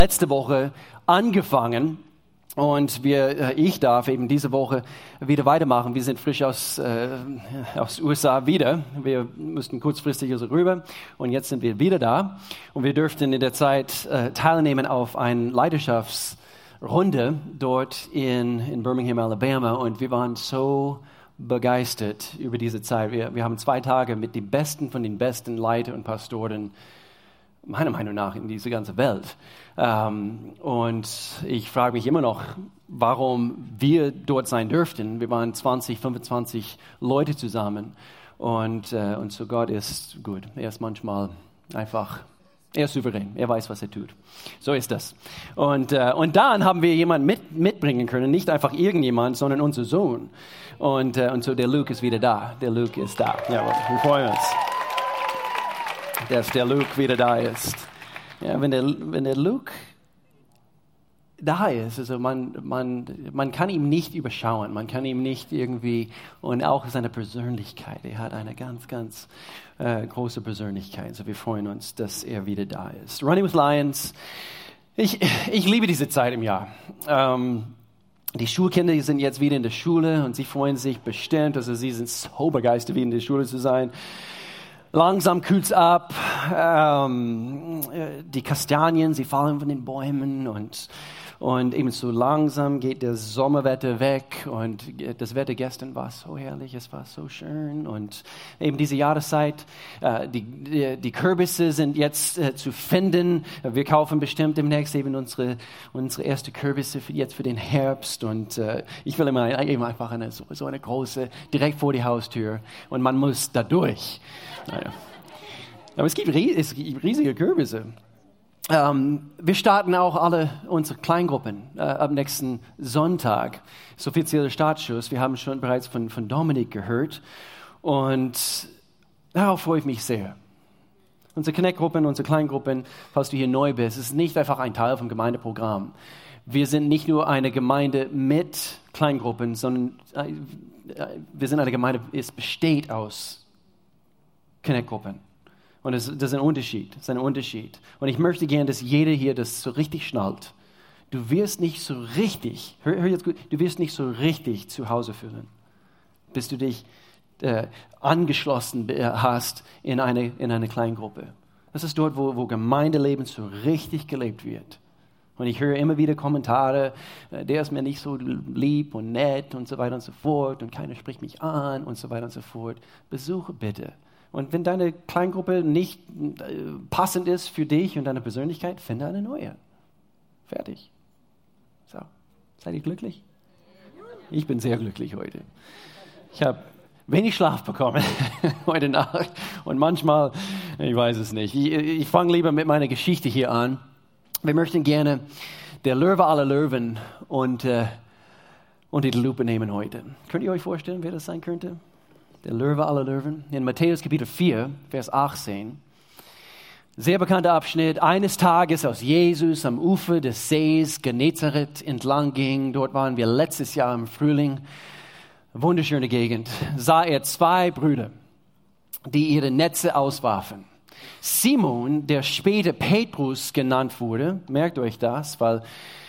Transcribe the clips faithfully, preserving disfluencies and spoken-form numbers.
letzte Woche angefangen und wir, ich darf eben diese Woche wieder weitermachen. Wir sind frisch aus, äh, aus U S A wieder. Wir mussten kurzfristig also rüber und jetzt sind wir wieder da und wir dürften in der Zeit äh, teilnehmen auf eine Leiterschaftsrunde dort in, in Birmingham, Alabama, und wir waren so begeistert über diese Zeit. Wir, wir haben zwei Tage mit den Besten von den besten Leiter und Pastoren, meiner Meinung nach, in dieser ganzen Welt. Ähm, und ich frage mich immer noch, warum wir dort sein dürften. Wir waren zwanzig, fünfundzwanzig Leute zusammen. Und, äh, und so Gott ist gut. Er ist manchmal einfach, er ist souverän. Er weiß, was er tut. So ist das. Und, äh, und dann haben wir jemanden mit, mitbringen können. Nicht einfach irgendjemand, sondern unser Sohn. Und, äh, und so der Luke ist wieder da. Der Luke ist da. Ja, wir freuen uns, dass der Luke wieder da ist. Ja, wenn der, wenn der Luke da ist, also man, man, man kann ihn nicht überschauen, man kann ihm nicht irgendwie, und auch seine Persönlichkeit, er hat eine ganz, ganz äh, große Persönlichkeit. Also wir freuen uns, dass er wieder da ist. Running with Lions, ich, ich liebe diese Zeit im Jahr. Ähm, Die Schulkinder sind jetzt wieder in der Schule und sie freuen sich bestimmt, also sie sind so begeistert, wieder in der Schule zu sein. Langsam kühlt es ab, ähm, die Kastanien, sie fallen von den Bäumen und, und eben so langsam geht das Sommerwetter weg und das Wetter gestern war so herrlich, es war so schön und eben diese Jahreszeit, äh, die, die, die Kürbisse sind jetzt äh, zu finden, wir kaufen bestimmt demnächst eben unsere, unsere erste Kürbisse für, jetzt für den Herbst und äh, ich will immer eben einfach eine, so, so eine große, direkt vor die Haustür und man muss da durch. Naja. Aber es gibt, es gibt riesige Kürbisse. Ähm, wir starten auch alle unsere Kleingruppen äh, ab nächsten Sonntag. Das ist offizieller Startschuss. Wir haben schon bereits von, von Dominik gehört. Und darauf freue ich mich sehr. Unsere Connect-Gruppen, unsere Kleingruppen, falls du hier neu bist, ist nicht einfach ein Teil vom Gemeindeprogramm. Wir sind nicht nur eine Gemeinde mit Kleingruppen, sondern äh, wir sind eine Gemeinde, es besteht aus Connect-Gruppen. Und das, das ist ein Unterschied. Das ist ein Unterschied. Und ich möchte gerne, dass jeder hier das so richtig schnallt. Du wirst nicht so richtig, hör, hör jetzt gut, du wirst nicht so richtig zu Hause fühlen, bis du dich äh, angeschlossen hast in eine, in eine Kleingruppe. Das ist dort, wo, wo Gemeindeleben so richtig gelebt wird. Und ich höre immer wieder Kommentare, äh, der ist mir nicht so lieb und nett und so weiter und so fort und keiner spricht mich an und so weiter und so fort. Besuche bitte. Und wenn deine Kleingruppe nicht äh, passend ist für dich und deine Persönlichkeit, finde eine neue. Fertig. So, seid ihr glücklich? Ich bin sehr glücklich heute. Ich habe wenig Schlaf bekommen heute Nacht und manchmal, ich weiß es nicht. Ich, ich fange lieber mit meiner Geschichte hier an. Wir möchten gerne der Löwe aller Löwen und, äh, unter die Lupe nehmen heute. Könnt ihr euch vorstellen, wer das sein könnte? Der Löwe aller Löwen. In Matthäus Kapitel vier, Vers achtzehn. Sehr bekannter Abschnitt. Eines Tages, als Jesus am Ufer des Sees Genezareth entlang ging, dort waren wir letztes Jahr im Frühling, wunderschöne Gegend, sah er zwei Brüder, die ihre Netze auswarfen. Simon, der später Petrus genannt wurde, merkt euch das, weil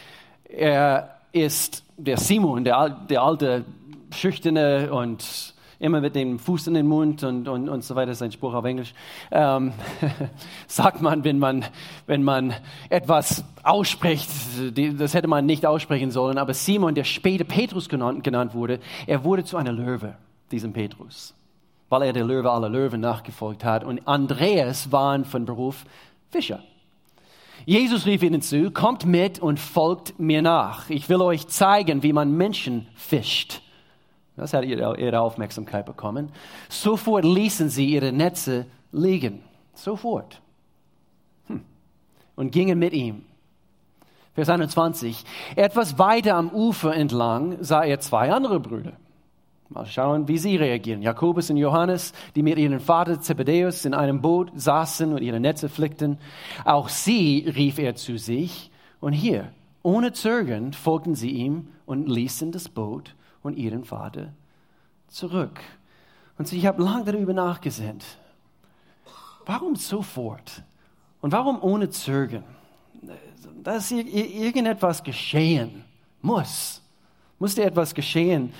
er ist der Simon, der, der alte, schüchterne und immer mit dem Fuß in den Mund und, und, und so weiter, das ist ein Spruch auf Englisch, ähm, sagt man, wenn man, wenn man etwas ausspricht, das hätte man nicht aussprechen sollen, aber Simon, der später Petrus genannt, genannt wurde, er wurde zu einer Löwe, diesem Petrus, weil er der Löwe aller Löwen nachgefolgt hat, und Andreas war von Beruf Fischer. Jesus rief ihnen zu, kommt mit und folgt mir nach. Ich will euch zeigen, wie man Menschen fischt. Das hat ihre Aufmerksamkeit bekommen. Sofort ließen sie ihre Netze liegen. Sofort. Hm. Und gingen mit ihm. Vers einundzwanzig. Etwas weiter am Ufer entlang sah er zwei andere Brüder. Mal schauen, wie sie reagieren. Jakobus und Johannes, die mit ihrem Vater Zebedäus in einem Boot saßen und ihre Netze flickten. Auch sie rief er zu sich. Und hier, ohne Zögern, folgten sie ihm und ließen das Boot und ihren Vater zurück. Und so, ich habe lange darüber nachgedacht. Warum sofort? Und warum ohne Zögern? dass irgendetwas geschehen muss. Musste etwas geschehen,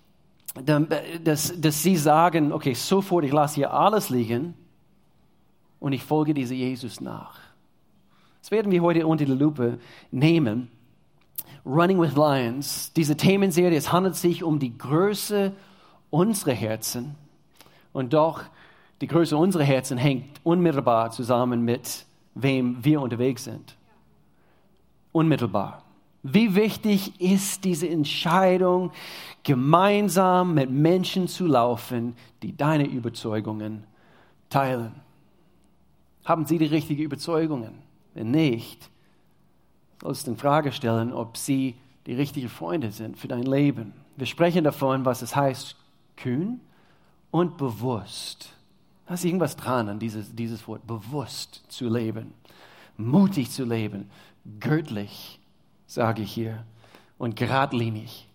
dass, dass sie sagen, okay, sofort, ich lasse hier alles liegen und ich folge diesem Jesus nach. Das werden wir heute unter die Lupe nehmen. Running with Lions, diese Themenserie, es handelt sich um die Größe unserer Herzen und doch die Größe unserer Herzen hängt unmittelbar zusammen mit wem wir unterwegs sind. Unmittelbar. Wie wichtig ist diese Entscheidung, gemeinsam mit Menschen zu laufen, die deine Überzeugungen teilen? Haben sie die richtigen Überzeugungen? Wenn nicht, sollst du in Frage stellen, ob sie die richtigen Freunde sind für dein Leben. Wir sprechen davon, was es heißt, kühn und bewusst. Da ist irgendwas dran an dieses, dieses Wort, bewusst zu leben, mutig zu leben, göttlich, sage ich hier, und geradlinig.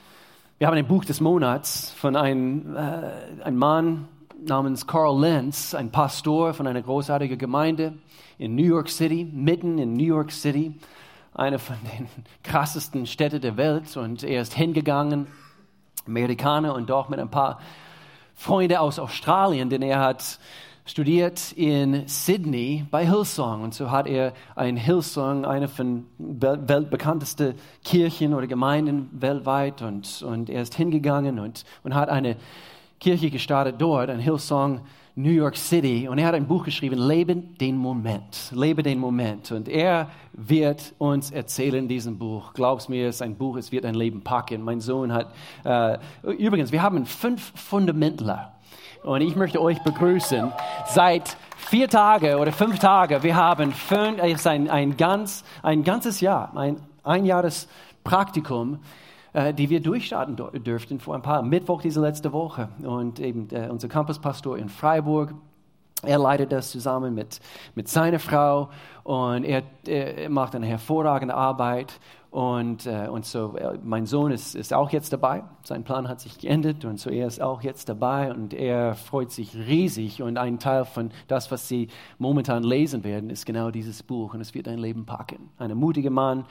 Wir haben ein Buch des Monats von einem, äh, einem Mann namens Carl Lenz, ein Pastor von einer großartigen Gemeinde in New York City, mitten in New York City, eine von den krassesten Städten der Welt. Und er ist hingegangen, Amerikaner, und doch mit ein paar Freunden aus Australien, denn er hat studiert in Sydney bei Hillsong. Und so hat er ein Hillsong, eine von weltbekanntesten Kirchen oder Gemeinden weltweit. Und, und er ist hingegangen und, und hat eine Kirche gestartet dort, ein Hillsong New York City. Und er hat ein Buch geschrieben, Lebe den Moment. Lebe den Moment. Und er wird uns erzählen in diesem Buch. Glaub's mir, es ist ein Buch, es wird dein Leben packen. Mein Sohn hat, äh, übrigens, wir haben fünf Fundamentler. Und ich möchte euch begrüßen. Seit vier Tagen oder fünf Tagen, wir haben fünf, es ist ein, ein, ganz, ein ganzes Jahr, ein Einjahrespraktikum, äh, die wir durchstarten dürften vor ein paar Mittwoch diese letzte Woche. Und eben äh, unser Campuspastor in Freiburg, er leitet das zusammen mit, mit seiner Frau und er, er macht eine hervorragende Arbeit. Und, äh, und so, äh, mein Sohn ist, ist auch jetzt dabei. Sein Plan hat sich geändert und so er ist auch jetzt dabei und er freut sich riesig. Und ein Teil von das, was Sie momentan lesen werden, ist genau dieses Buch und es wird dein Leben packen. Ein mutiger Mann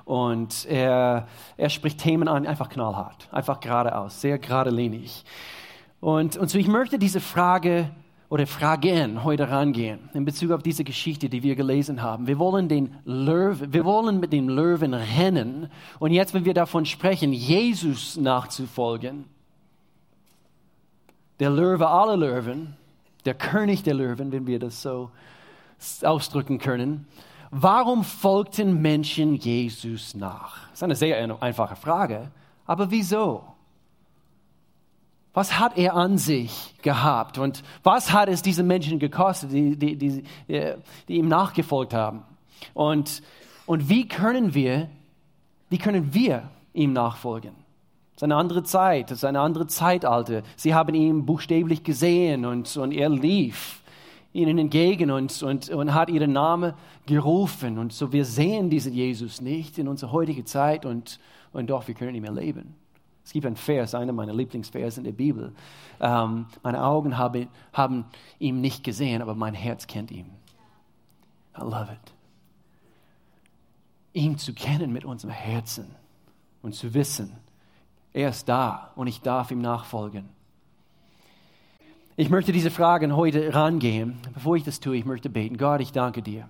und er, er spricht Themen an, einfach knallhart, einfach geradeaus, sehr geradlinig. Und, und so ich möchte diese Frage oder Fragen heute rangehen in Bezug auf diese Geschichte, die wir gelesen haben. Wir wollen den Löwen, wir wollen mit dem Löwen rennen. Und jetzt, wenn wir davon sprechen, Jesus nachzufolgen, der Löwe aller Löwen, der König der Löwen, wenn wir das so ausdrücken können, warum folgten Menschen Jesus nach? Das ist eine sehr einfache Frage, aber wieso? Was hat er an sich gehabt und was hat es diese Menschen gekostet, die, die, die, die ihm nachgefolgt haben? Und, und wie können wir, wie können wir ihm nachfolgen? Es ist eine andere Zeit, es ist eine andere Zeitalter. Sie haben ihn buchstäblich gesehen und, und er lief ihnen entgegen und, und, und hat ihren Namen gerufen. Und so wir sehen diesen Jesus nicht in unserer heutigen Zeit und, und doch wir können ihn erleben. Es gibt einen Vers, einer meiner Lieblingsverse in der Bibel. Ähm, meine Augen haben, haben ihn nicht gesehen, aber mein Herz kennt ihn. I love it. Ihn zu kennen mit unserem Herzen und zu wissen, er ist da und ich darf ihm nachfolgen. Ich möchte diese Fragen heute rangehen. Bevor ich das tue, ich möchte beten. Gott, ich danke dir.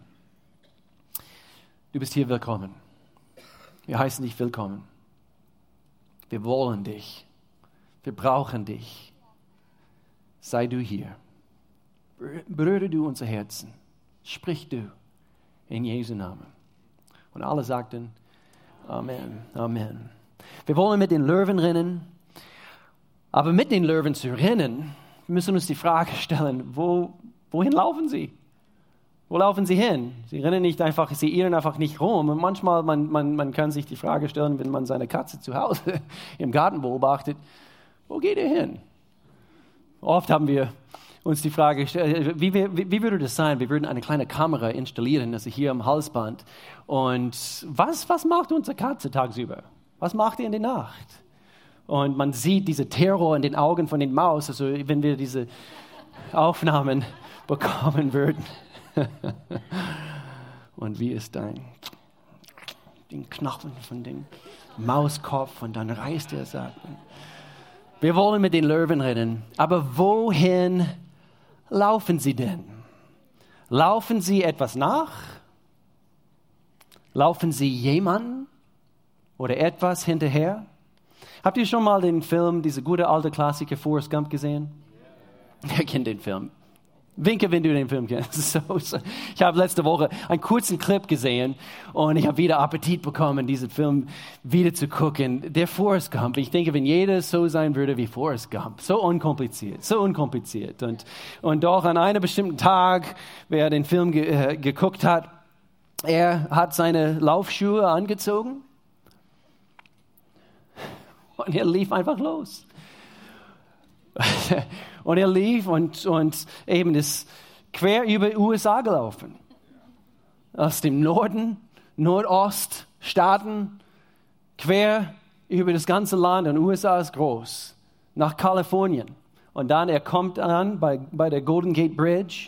Du bist hier willkommen. Wir heißen dich willkommen. Wir wollen dich. Wir brauchen dich. Sei du hier. Berühre du unser Herzen. Sprich du in Jesu Namen. Und alle sagten Amen, Amen. Wir wollen mit den Löwen rennen. Aber mit den Löwen zu rennen, müssen wir uns die Frage stellen, wo, wohin laufen sie? Wo laufen sie hin? Sie rennen nicht einfach, sie irren einfach nicht rum. Und manchmal, man, man, man kann sich die Frage stellen, wenn man seine Katze zu Hause im Garten beobachtet, wo geht er hin? Oft haben wir uns die Frage gestellt, wie, wie, wie würde das sein? Wir würden eine kleine Kamera installieren, also hier am Halsband. Und was, was macht unsere Katze tagsüber? Was macht er in der Nacht? Und man sieht diese Terror in den Augen von den Maus, also wenn wir diese Aufnahmen bekommen würden. Und wie ist dein den Knochen von dem Mauskopf und dann reißt er es ab. Wir wollen mit den Löwen reden, aber wohin laufen sie denn? Laufen sie etwas nach? Laufen sie jemanden oder etwas hinterher? Habt ihr schon mal den Film, diese gute alte Klassiker Forrest Gump gesehen? Wer kennt den Film? Winke, wenn du den Film kennst. So, so. Ich habe letzte Woche einen kurzen Clip gesehen und ich habe wieder Appetit bekommen, diesen Film wieder zu gucken. Der Forrest Gump, ich denke, wenn jeder so sein würde wie Forrest Gump, so unkompliziert, so unkompliziert. Und, und doch an einem bestimmten Tag, wer den Film ge, äh, geguckt hat, er hat seine Laufschuhe angezogen und er lief einfach los. Und er lief und, und eben ist quer über die U S A gelaufen. Aus dem Norden, Nordost, Staaten, quer über das ganze Land. Und U S A ist groß. Nach Kalifornien. Und dann, er kommt an bei, bei der Golden Gate Bridge.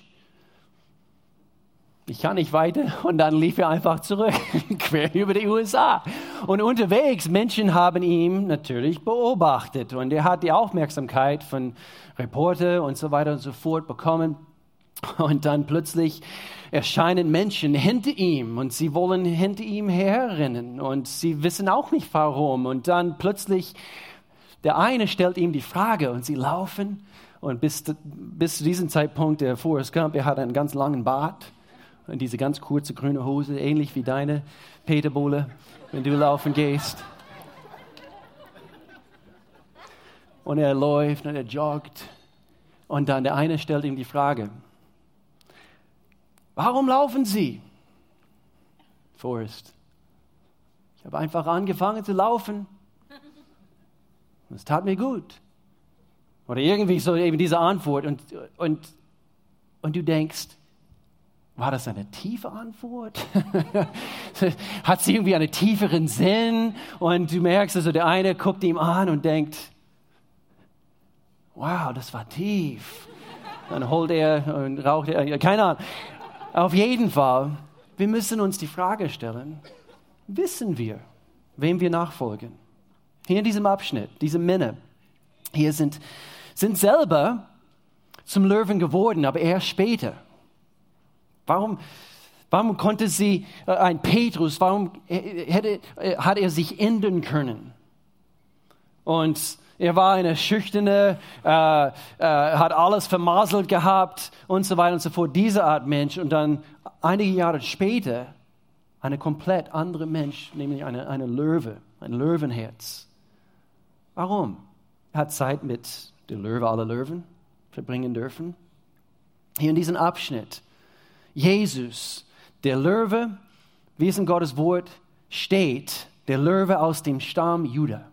Ich kann nicht weiter. Und dann lief er einfach zurück, quer über die U S A. Und unterwegs, Menschen haben ihn natürlich beobachtet. Und er hat die Aufmerksamkeit von Reporter und so weiter und so fort bekommen. Und dann plötzlich erscheinen Menschen hinter ihm. Und sie wollen hinter ihm herrennen. Und sie wissen auch nicht warum. Und dann plötzlich, der eine stellt ihm die Frage und sie laufen. Und bis, bis zu diesem Zeitpunkt, der Forrest Gump, er hat einen ganz langen Bart. Und diese ganz kurze grüne Hose, ähnlich wie deine, Peter Bohle, wenn du laufen gehst. Und er läuft und er joggt. Und dann der eine stellt ihm die Frage, warum laufen Sie? Forrest, ich habe einfach angefangen zu laufen. Es tat mir gut. Oder irgendwie so eben diese Antwort. Und, und, und du denkst, war das eine tiefe Antwort? Hat sie irgendwie einen tieferen Sinn? Und du merkst, also der eine guckt ihm an und denkt, wow, das war tief. Dann holt er und raucht er, keine Ahnung. Auf jeden Fall, wir müssen uns die Frage stellen, wissen wir, wem wir nachfolgen? Hier in diesem Abschnitt, diese Männer, hier sind, sind selber zum Löwen geworden, aber erst später. Warum, warum konnte sie, äh, ein Petrus, warum hätte, äh, hat er sich ändern können? Und er war eine schüchterne, äh, äh, hat alles vermasselt gehabt und so weiter und so fort. Diese Art Mensch. Und dann einige Jahre später eine komplett andere Mensch, nämlich eine, eine Löwe, ein Löwenherz. Warum? Er hat Zeit mit der Löwe aller Löwen verbringen dürfen. Hier in diesem Abschnitt. Jesus, der Löwe, wie es in Gottes Wort steht, der Löwe aus dem Stamm Juda,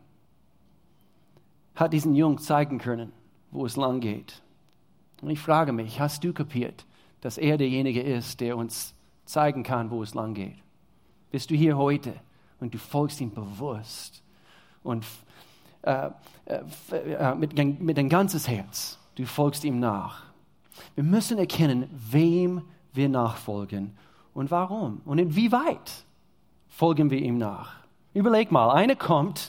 hat diesen Jungen zeigen können, wo es lang geht. Und ich frage mich, hast du kapiert, dass er derjenige ist, der uns zeigen kann, wo es lang geht? Bist du hier heute und du folgst ihm bewusst und äh, äh, mit, mit dein ganzes Herz, du folgst ihm nach. Wir müssen erkennen, wem wir nachfolgen und warum und inwieweit folgen wir ihm nach. Überleg mal, einer kommt,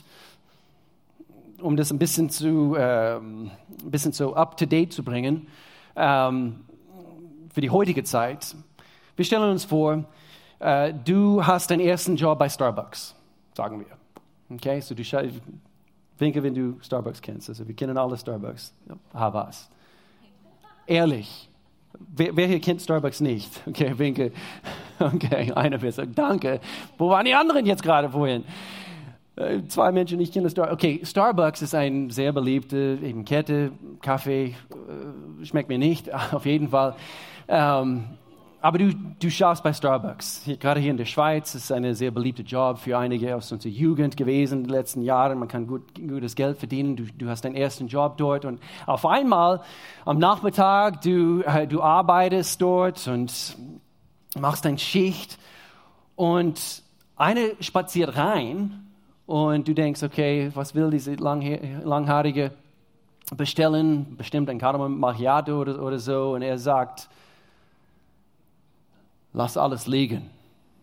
um das ein bisschen zu, äh, ein bisschen so up-to-date zu bringen, ähm, für die heutige Zeit. Wir stellen uns vor, äh, du hast deinen ersten Job bei Starbucks, sagen wir. Okay, so du scha- winke, wenn du Starbucks kennst. Also wir kennen alle Starbucks. Havas. Ehrlich. Wer, wer hier kennt Starbucks nicht? Okay, winke. Okay, einer wird sagen, danke. Wo waren die anderen jetzt gerade vorhin? Äh, zwei Menschen, ich kenne Starbucks. Okay, Starbucks ist eine sehr beliebte eben Kette. Kaffee äh, schmeckt mir nicht, auf jeden Fall. Ähm, aber du, du schaust bei Starbucks. Hier, gerade hier in der Schweiz ist ein sehr beliebter Job für einige aus unserer Jugend gewesen in den letzten Jahren. Man kann gut, gutes Geld verdienen. Du, du hast deinen ersten Job dort und auf einmal am Nachmittag, du, du arbeitest dort und machst deine Schicht und einer spaziert rein und du denkst, okay, was will diese langhaarige bestellen? Bestimmt ein Kardamom Macchiato oder, oder so. Und er sagt, lass alles liegen.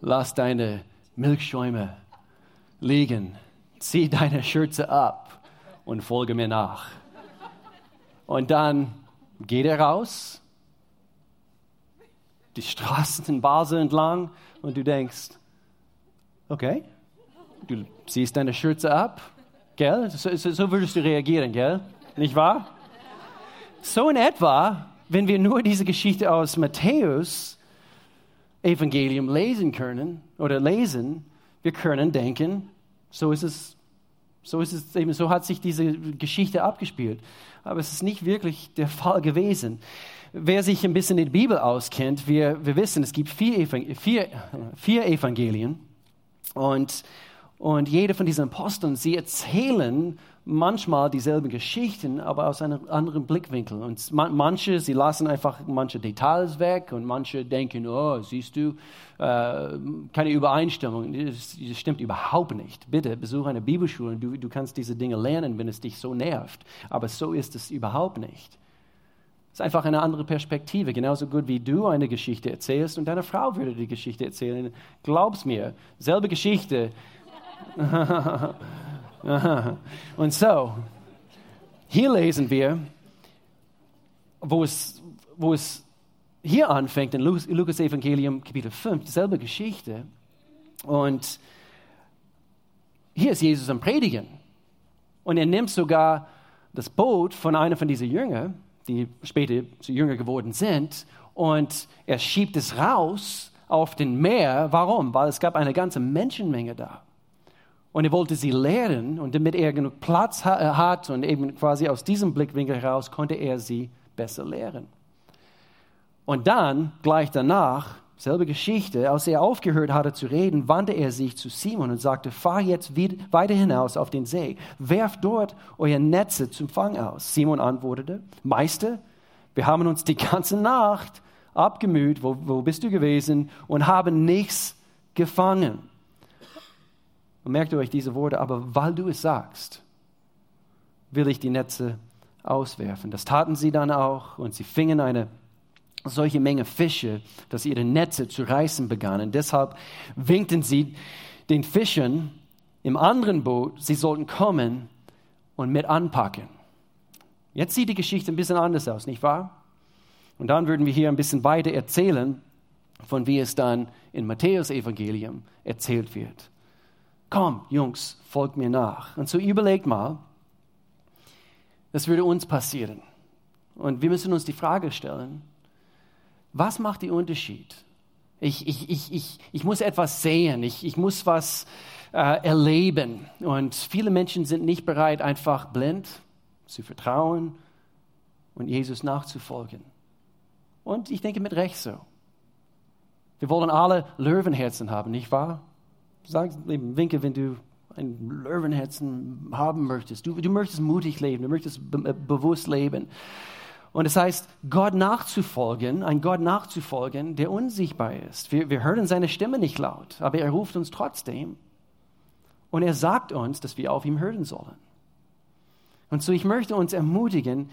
lass deine Milchschäume liegen, zieh deine Schürze ab und folge mir nach. Und dann geht er raus, die Straßen in Basel entlang und du denkst, okay, du ziehst deine Schürze ab, gell? So, so, so würdest du reagieren, gell? Nicht wahr? So in etwa, wenn wir nur diese Geschichte aus Matthäus Evangelium lesen können oder lesen, wir können denken, so ist es, so ist es eben, so hat sich diese Geschichte abgespielt. Aber es ist nicht wirklich der Fall gewesen. Wer sich ein bisschen in der Bibel auskennt, wir, wir wissen, es gibt vier, Evangel- vier, vier Evangelien und, und jede von diesen Aposteln, sie erzählen manchmal dieselben Geschichten, aber aus einem anderen Blickwinkel. Und manche, sie lassen einfach manche Details weg und manche denken, oh, siehst du, äh, keine Übereinstimmung. Das, das stimmt überhaupt nicht. Bitte besuche eine Bibelschule und du, du kannst diese Dinge lernen, wenn es dich so nervt. Aber so ist es überhaupt nicht. Es ist einfach eine andere Perspektive. Genauso gut wie du eine Geschichte erzählst und deine Frau würde die Geschichte erzählen. Glaub's mir, selbe Geschichte. Und so, hier lesen wir, wo es, wo es hier anfängt, in Lukas Evangelium Kapitel fünf, dieselbe Geschichte. Und hier ist Jesus am Predigen. Und er nimmt sogar das Boot von einer von diesen Jüngern, die später zu Jünger geworden sind, und er schiebt es raus auf den Meer. Warum? Weil es gab eine ganze Menschenmenge da. Und er wollte sie lehren und damit er genug Platz ha- hat und eben quasi aus diesem Blickwinkel heraus konnte er sie besser lehren. Und dann, gleich danach, selbe Geschichte, als er aufgehört hatte zu reden, wandte er sich zu Simon und sagte, fahr jetzt weiter hinaus auf den See, werft dort euer Netze zum Fang aus. Simon antwortete, Meister, wir haben uns die ganze Nacht abgemüht, wo, wo bist du gewesen, und haben nichts gefangen. Und merkt euch diese Worte, aber weil du es sagst, will ich die Netze auswerfen. Das taten sie dann auch und sie fingen eine solche Menge Fische, dass ihre Netze zu reißen begannen. Deshalb winkten sie den Fischern im anderen Boot, sie sollten kommen und mit anpacken. Jetzt sieht die Geschichte ein bisschen anders aus, nicht wahr? Und dann würden wir hier ein bisschen weiter erzählen, von wie es dann in Matthäus Evangelium erzählt wird. Komm, Jungs, folgt mir nach. Und so überlegt mal, das würde uns passieren. Und wir müssen uns die Frage stellen, was macht den Unterschied? Ich, ich, ich, ich, ich muss etwas sehen, ich, ich muss was äh, erleben. Und viele Menschen sind nicht bereit, einfach blind zu vertrauen und Jesus nachzufolgen. Und ich denke mit Recht so. Wir wollen alle Löwenherzen haben, nicht wahr? Sag eben, winke, wenn du ein Löwenherzen haben möchtest. Du, du möchtest mutig leben, du möchtest be- bewusst leben. Und es heißt, Gott nachzufolgen, ein Gott nachzufolgen, der unsichtbar ist. Wir, wir hören seine Stimme nicht laut, aber er ruft uns trotzdem. Und er sagt uns, dass wir auf ihm hören sollen. Und so, ich möchte uns ermutigen,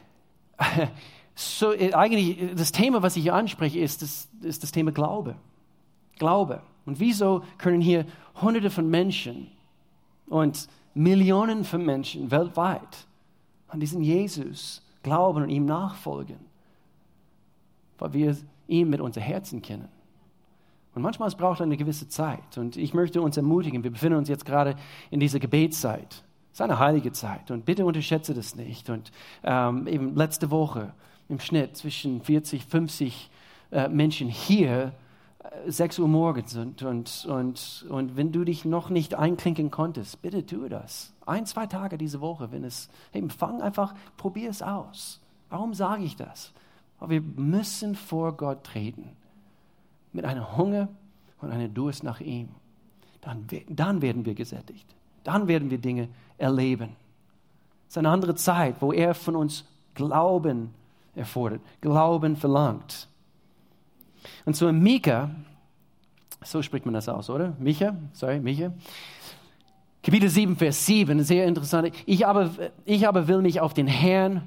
so, eigentlich das Thema, was ich hier anspreche, ist das, ist das Thema Glaube. Glaube. Und wieso können hier Hunderte von Menschen und Millionen von Menschen weltweit an diesen Jesus glauben und ihm nachfolgen? Weil wir ihn mit unserem Herzen kennen. Und manchmal es braucht eine gewisse Zeit. Und ich möchte uns ermutigen, wir befinden uns jetzt gerade in dieser Gebetszeit. Es ist eine heilige Zeit und bitte unterschätze das nicht. Und ähm, eben letzte Woche im Schnitt zwischen vierzig, fünfzig äh, Menschen hier sechs Uhr morgens und, und, und, und wenn du dich noch nicht einklinken konntest, bitte tue das. Ein, zwei Tage diese Woche, wenn es, hey, fang einfach, probier es aus. Warum sage ich das? Weil wir müssen vor Gott treten. Mit einem Hunger und einem Durst nach ihm. Dann, dann werden wir gesättigt. Dann werden wir Dinge erleben. Es ist eine andere Zeit, wo er von uns Glauben erfordert, Glauben verlangt. Und so in Mika, so spricht man das aus, oder? Micha, sorry, Micha. Kapitel sieben, Vers sieben, sehr interessant. Ich aber, ich aber will mich auf den Herrn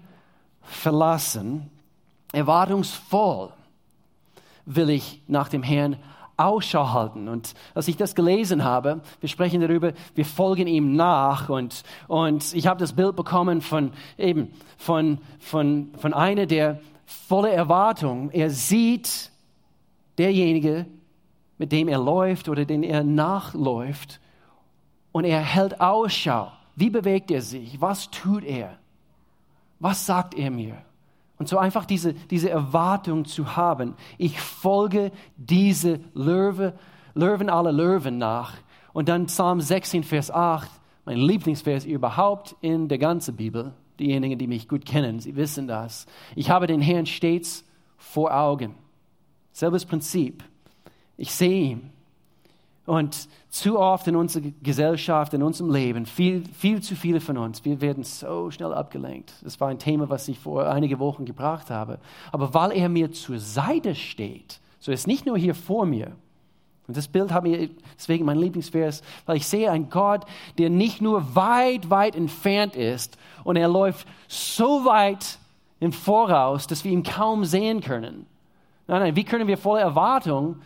verlassen. Erwartungsvoll will ich nach dem Herrn Ausschau halten. Und als ich das gelesen habe, wir sprechen darüber, wir folgen ihm nach. Und, und ich habe das Bild bekommen von eben, von, von, von einer, der voller Erwartung, er sieht derjenige, mit dem er läuft oder den er nachläuft. Und er hält Ausschau. Wie bewegt er sich? Was tut er? Was sagt er mir? Und so einfach diese, diese Erwartung zu haben. Ich folge diese Löwe, Löwen aller Löwen nach. Und dann Psalm sechzehn, Vers acht, mein Lieblingsvers überhaupt in der ganzen Bibel. Diejenigen, die mich gut kennen, sie wissen das. Ich habe den Herrn stets vor Augen. Selbes Prinzip. Ich sehe ihn. Und zu oft in unserer Gesellschaft, in unserem Leben, viel, viel zu viele von uns, wir werden so schnell abgelenkt. Das war ein Thema, was ich vor einigen Wochen gebracht habe. Aber weil er mir zur Seite steht, so ist nicht nur hier vor mir. Und das Bild habe ich, deswegen mein Lieblingsvers, weil ich sehe einen Gott, der nicht nur weit, weit entfernt ist und er läuft so weit im Voraus, dass wir ihn kaum sehen können. Nein, nein, wie können wir voller Erwartung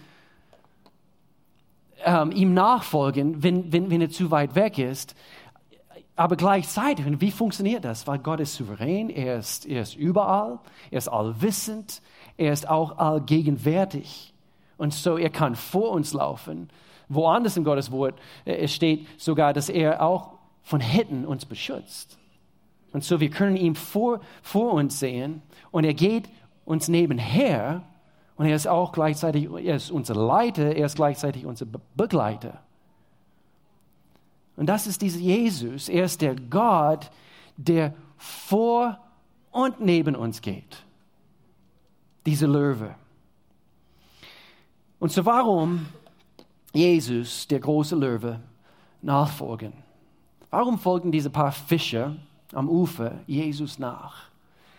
Ähm, ihm nachfolgen, wenn, wenn, wenn er zu weit weg ist. Aber gleichzeitig, wie funktioniert das? Weil Gott ist souverän, er ist, er ist überall, er ist allwissend, er ist auch allgegenwärtig. Und so, er kann vor uns laufen. Woanders in Gottes Wort, es steht sogar, dass er auch von hinten uns beschützt. Und so, wir können ihn vor, vor uns sehen und er geht uns nebenher. Und er ist auch gleichzeitig, er ist unser Leiter, er ist gleichzeitig unser Begleiter. Und das ist dieser Jesus. Er ist der Gott, der vor und neben uns geht. Diese Löwe. Und so warum Jesus, der große Löwe, nachfolgen? Warum folgen diese paar Fische am Ufer Jesus nach?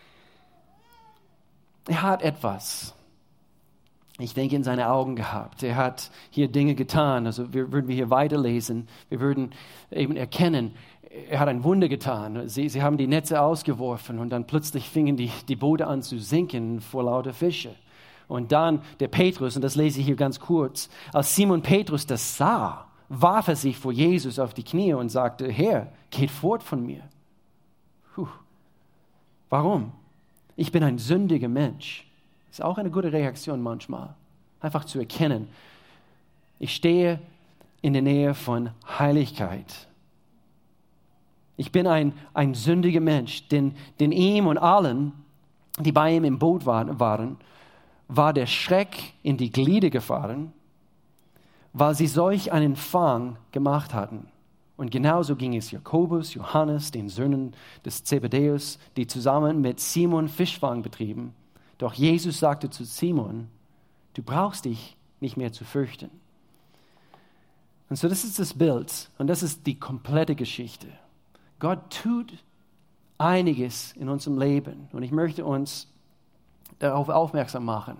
Er hat etwas, ich denke, in seine Augen gehabt. Er hat hier Dinge getan. Also wir, würden wir hier weiterlesen, wir würden eben erkennen, er hat ein Wunder getan. Sie, sie haben die Netze ausgeworfen und dann plötzlich fingen die, die Boote an zu sinken vor lauter Fische. Und dann der Petrus, und das lese ich hier ganz kurz, als Simon Petrus das sah, warf er sich vor Jesus auf die Knie und sagte, Herr, geht fort von mir. Puh. Warum? Ich bin ein sündiger Mensch. Ist auch eine gute Reaktion manchmal. Einfach zu erkennen, ich stehe in der Nähe von Heiligkeit. Ich bin ein, ein sündiger Mensch, denn, denn ihm und allen, die bei ihm im Boot waren, waren, war der Schreck in die Glieder gefahren, weil sie solch einen Fang gemacht hatten. Und genauso ging es Jakobus, Johannes, den Söhnen des Zebedäus, die zusammen mit Simon Fischfang betrieben. Doch Jesus sagte zu Simon, du brauchst dich nicht mehr zu fürchten. Und so, das ist das Bild und das ist die komplette Geschichte. Gott tut einiges in unserem Leben und ich möchte uns darauf aufmerksam machen.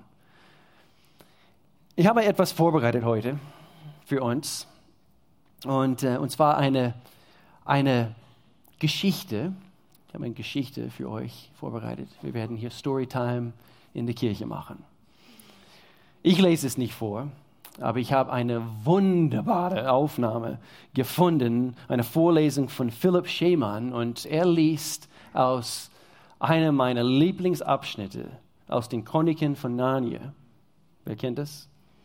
Ich habe etwas vorbereitet heute für uns und, äh, und zwar eine, eine Geschichte. Ich habe eine Geschichte für euch vorbereitet. Wir werden hier Storytime in der Kirche machen. Ich lese es nicht vor, aber ich habe eine wunderbare Aufnahme gefunden, eine Vorlesung von Philipp Schemann und er liest aus einem meiner Lieblingsabschnitte aus den Chroniken von Narnia. Wer kennt das?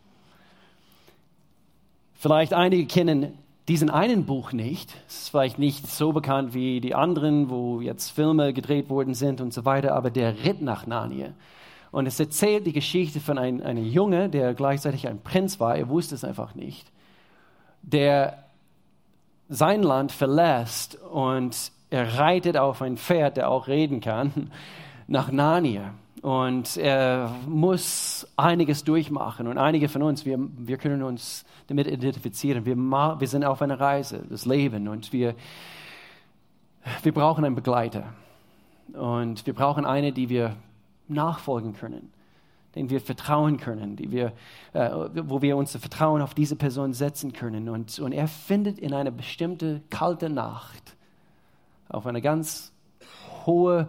Vielleicht einige kennen diesen einen Buch nicht. Es ist vielleicht nicht so bekannt wie die anderen, wo jetzt Filme gedreht worden sind und so weiter, aber der Ritt nach Narnia. Und es erzählt die Geschichte von einem, einem Junge, der gleichzeitig ein Prinz war, er wusste es einfach nicht, der sein Land verlässt und er reitet auf ein Pferd, der auch reden kann, nach Narnia. Und er muss einiges durchmachen. Und einige von uns, wir, wir können uns damit identifizieren. Wir, wir sind auf einer Reise, das Leben. Und wir, wir brauchen einen Begleiter. Und wir brauchen eine, die wir nachfolgen können, den wir vertrauen können, die wir, äh, wo wir unser Vertrauen auf diese Person setzen können. Und, und er findet in einer bestimmten kalten Nacht auf einer ganz hohen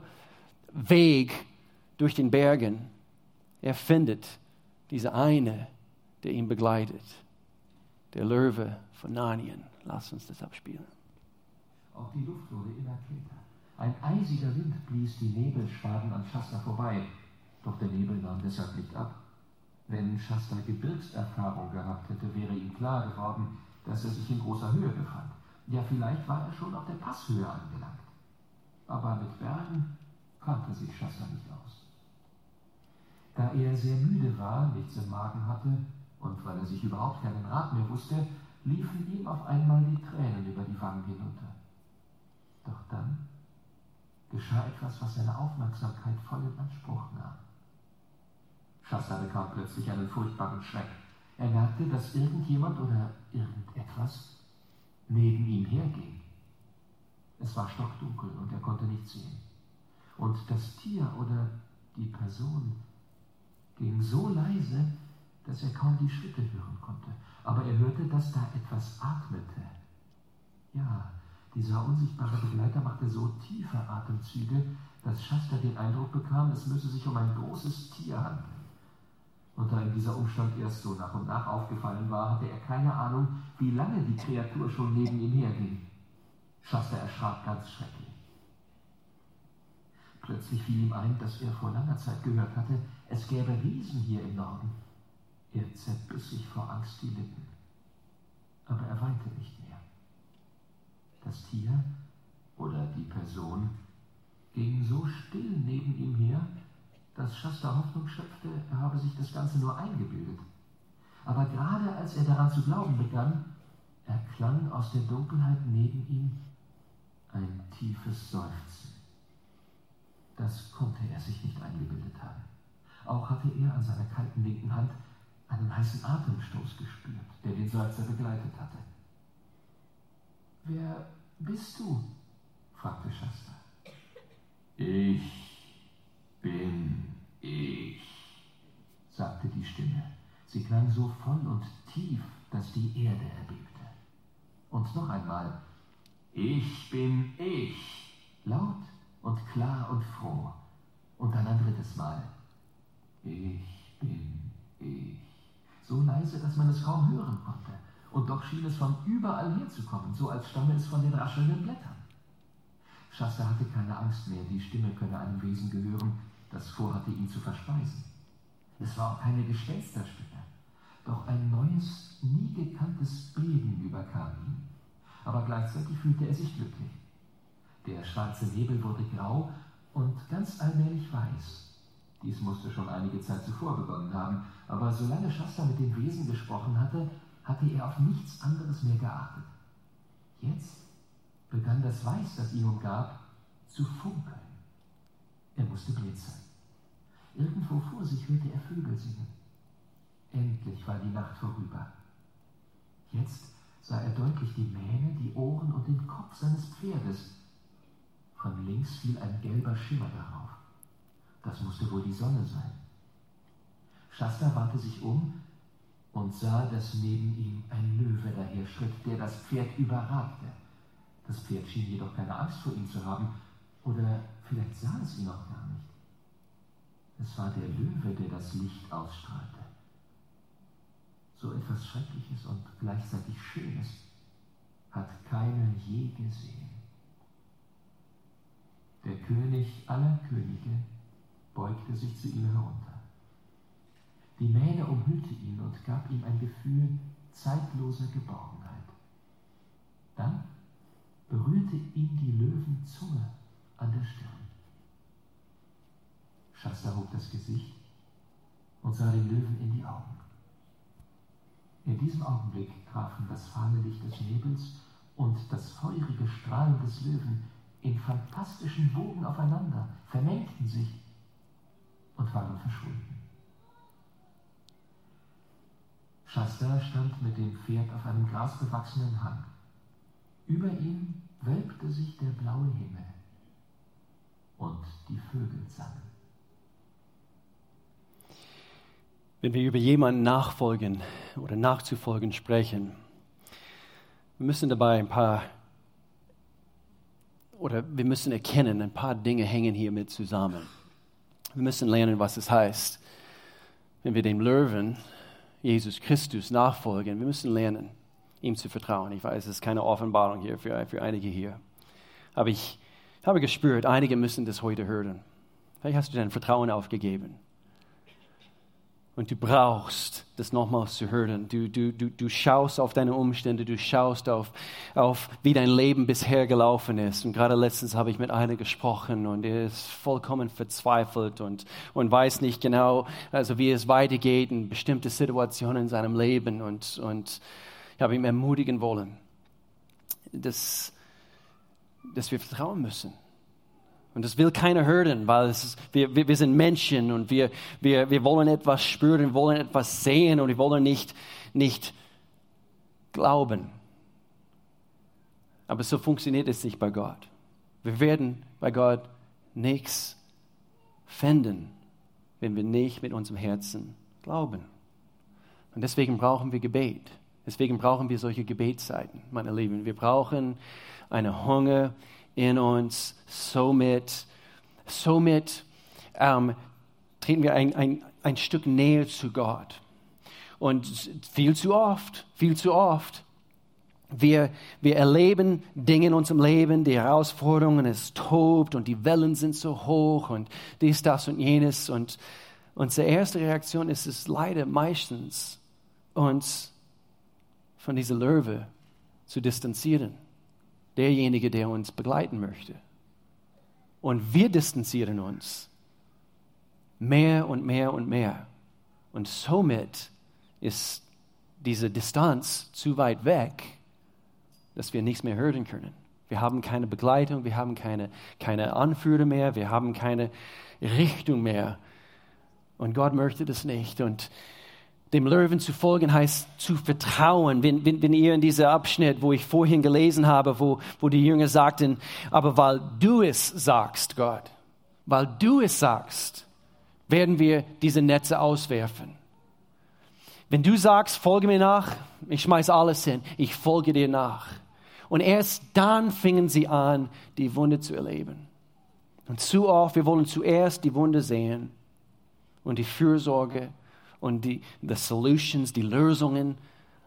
Weg durch den Bergen, er findet diese eine, der ihn begleitet. Der Löwe von Narnien. Lass uns das abspielen. Auch die Luft wurde immer kälter. Ein eisiger Wind blies die Nebelschwaden an Shasta vorbei. Doch der Nebel nahm deshalb nicht ab. Wenn Shasta Gebirgserfahrung gehabt hätte, wäre ihm klar geworden, dass er sich in großer Höhe befand. Ja, vielleicht war er schon auf der Passhöhe angelangt. Aber mit Bergen kannte sich Shasta nicht aus. Da er sehr müde war, nichts im Magen hatte und weil er sich überhaupt keinen Rat mehr wusste, liefen ihm auf einmal die Tränen über die Wangen hinunter. Doch dann geschah etwas, was seine Aufmerksamkeit voll in Anspruch nahm. Shasta bekam plötzlich einen furchtbaren Schreck. Er merkte, dass irgendjemand oder irgendetwas neben ihm herging. Es war stockdunkel und er konnte nichts sehen. Und das Tier oder die Person ging so leise, dass er kaum die Schritte hören konnte. Aber er hörte, dass da etwas atmete. Ja, dieser unsichtbare Begleiter machte so tiefe Atemzüge, dass Shasta den Eindruck bekam, es müsse sich um ein großes Tier handeln. Und da ihm dieser Umstand erst so nach und nach aufgefallen war, hatte er keine Ahnung, wie lange die Kreatur schon neben ihm herging. Shasta erschrak ganz schrecklich. Plötzlich fiel ihm ein, dass er vor langer Zeit gehört hatte, es gäbe Riesen hier im Norden. Er zerbiss sich vor Angst die Lippen. Aber er weinte nicht mehr. Das Tier oder die Person ging so still neben ihm her, dass Shasta Hoffnung schöpfte, er habe sich das Ganze nur eingebildet. Aber gerade als er daran zu glauben begann, erklang aus der Dunkelheit neben ihm ein tiefes Seufzen. Das konnte er sich nicht eingebildet haben. Auch hatte er an seiner kalten linken Hand einen heißen Atemstoß gespürt, der den Seufzer begleitet hatte. »Wer bist du?« fragte Shasta. »Ich bin ich«, sagte die Stimme. Sie klang so voll und tief, dass die Erde erbebte. Und noch einmal, »Ich bin ich«, laut und klar und froh. Und dann ein drittes Mal, »Ich bin ich«, so leise, dass man es kaum hören konnte. Und doch schien es von überall herzukommen, so als stamme es von den raschelnden Blättern. Shasta hatte keine Angst mehr, die Stimme könne einem Wesen gehören, das vorhatte, ihn zu verspeisen. Es war auch keine Gespensterstimme, doch ein neues, nie gekanntes Beben überkam ihn. Aber gleichzeitig fühlte er sich glücklich. Der schwarze Nebel wurde grau und ganz allmählich weiß. Dies musste schon einige Zeit zuvor begonnen haben, aber solange Shasta mit dem Wesen gesprochen hatte, hatte er auf nichts anderes mehr geachtet. Jetzt begann das Weiß, das ihn umgab, zu funkeln. Er musste blinzeln. Irgendwo vor sich hörte er Vögel singen. Endlich war die Nacht vorüber. Jetzt sah er deutlich die Mähne, die Ohren und den Kopf seines Pferdes. Von links fiel ein gelber Schimmer darauf. Das musste wohl die Sonne sein. Shasta wandte sich um und sah, dass neben ihm ein Löwe daherschritt, der das Pferd überragte. Das Pferd schien jedoch keine Angst vor ihm zu haben, oder vielleicht sah es ihn auch gar nicht. Es war der Löwe, der das Licht ausstrahlte. So etwas Schreckliches und gleichzeitig Schönes hat keiner je gesehen. Der König aller Könige beugte sich zu ihm herunter. Die Mähne umhüllte ihn und gab ihm ein Gefühl zeitloser Geborgenheit. Dann berührte ihn die Löwenzunge an der Stirn. Shasta hob das Gesicht und sah den Löwen in die Augen. In diesem Augenblick trafen das fahle Licht des Nebels und das feurige Strahlen des Löwen in fantastischen Wogen aufeinander, vermengten sich und waren verschwunden. Shasta stand mit dem Pferd auf einem grasbewachsenen Hang. Über ihm wölbte sich der blaue Himmel und die Vögel sangen. Wenn wir über jemanden nachfolgen oder nachzufolgen sprechen, wir müssen dabei ein paar, oder wir müssen erkennen, ein paar Dinge hängen hiermit zusammen. Wir müssen lernen, was es heißt, wenn wir dem Löwen Jesus Christus nachfolgen. Wir müssen lernen, ihm zu vertrauen. Ich weiß, es ist keine Offenbarung hier für, für einige hier. Aber ich habe gespürt, einige müssen das heute hören. Vielleicht hast du dein Vertrauen aufgegeben. Und du brauchst das nochmals zu hören. Du, du, du, du schaust auf deine Umstände, du schaust auf, auf, wie dein Leben bisher gelaufen ist. Und gerade letztens habe ich mit einer gesprochen und er ist vollkommen verzweifelt und, und weiß nicht genau, also wie es weitergeht in bestimmte Situationen in seinem Leben. Und, und ich habe ihn ermutigen wollen, dass, dass wir vertrauen müssen. Und das will keiner hören, weil es ist, wir, wir, wir sind Menschen und wir, wir, wir wollen etwas spüren, wir wollen etwas sehen und wir wollen nicht, nicht glauben. Aber so funktioniert es nicht bei Gott. Wir werden bei Gott nichts finden, wenn wir nicht mit unserem Herzen glauben. Und deswegen brauchen wir Gebet. Deswegen brauchen wir solche Gebetszeiten, meine Lieben. Wir brauchen eine Hunger in uns, somit, somit ähm, treten wir ein, ein, ein Stück näher zu Gott. Und viel zu oft, viel zu oft, wir, wir erleben Dinge in unserem Leben, die Herausforderungen, es tobt und die Wellen sind so hoch und dies, das und jenes. Und unsere erste Reaktion ist es leider meistens, uns von dieser Löwe zu distanzieren. Derjenige, der uns begleiten möchte. Und wir distanzieren uns mehr und mehr und mehr. Und somit ist diese Distanz zu weit weg, dass wir nichts mehr hören können. Wir haben keine Begleitung, wir haben keine, keine Anführer mehr, wir haben keine Richtung mehr. Und Gott möchte das nicht. Und dem Löwen zu folgen heißt zu vertrauen. Wenn, wenn, wenn ihr in diesem Abschnitt, wo ich vorhin gelesen habe, wo, wo die Jünger sagten, aber weil du es sagst, Gott, weil du es sagst, werden wir diese Netze auswerfen. Wenn du sagst, folge mir nach, ich schmeiß alles hin, ich folge dir nach. Und erst dann fingen sie an, die Wunde zu erleben. Und zu oft, wir wollen zuerst die Wunde sehen und die Fürsorge und die the Solutions, die Lösungen.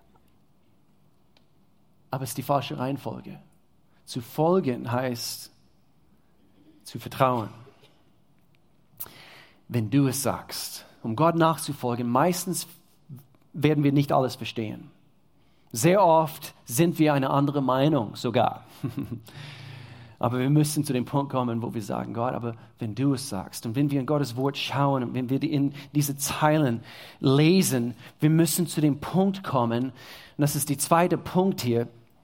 Aber es ist die falsche Reihenfolge. Zu folgen heißt zu vertrauen. Wenn du es sagst, um Gott nachzufolgen, meistens werden wir nicht alles verstehen. Sehr oft sind wir eine andere Meinung sogar. Aber wir müssen zu dem Punkt kommen, wo wir sagen, Gott, aber wenn du es sagst und wenn wir in Gottes Wort schauen und wenn wir in diese Zeilen lesen, wir müssen zu dem Punkt kommen, und das ist der zweite Punkt hier.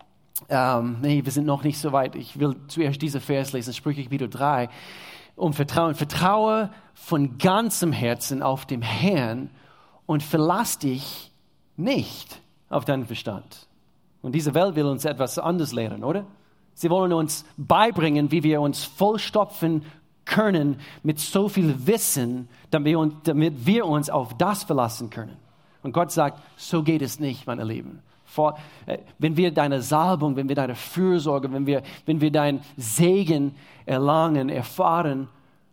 Ähm, nee, wir sind noch nicht so weit. Ich will zuerst diesen Vers lesen, Sprüche Kapitel drei. Um Vertrauen. Vertraue von ganzem Herzen auf den Herrn und verlass dich nicht auf deinen Verstand. Und diese Welt will uns etwas anderes lehren, oder? Sie wollen uns beibringen, wie wir uns vollstopfen können mit so viel Wissen, damit wir uns, damit wir uns auf das verlassen können. Und Gott sagt, so geht es nicht, meine Lieben. Vor, äh, wenn wir deine Salbung, wenn wir deine Fürsorge, wenn wir, wenn wir deinen Segen erlangen, erfahren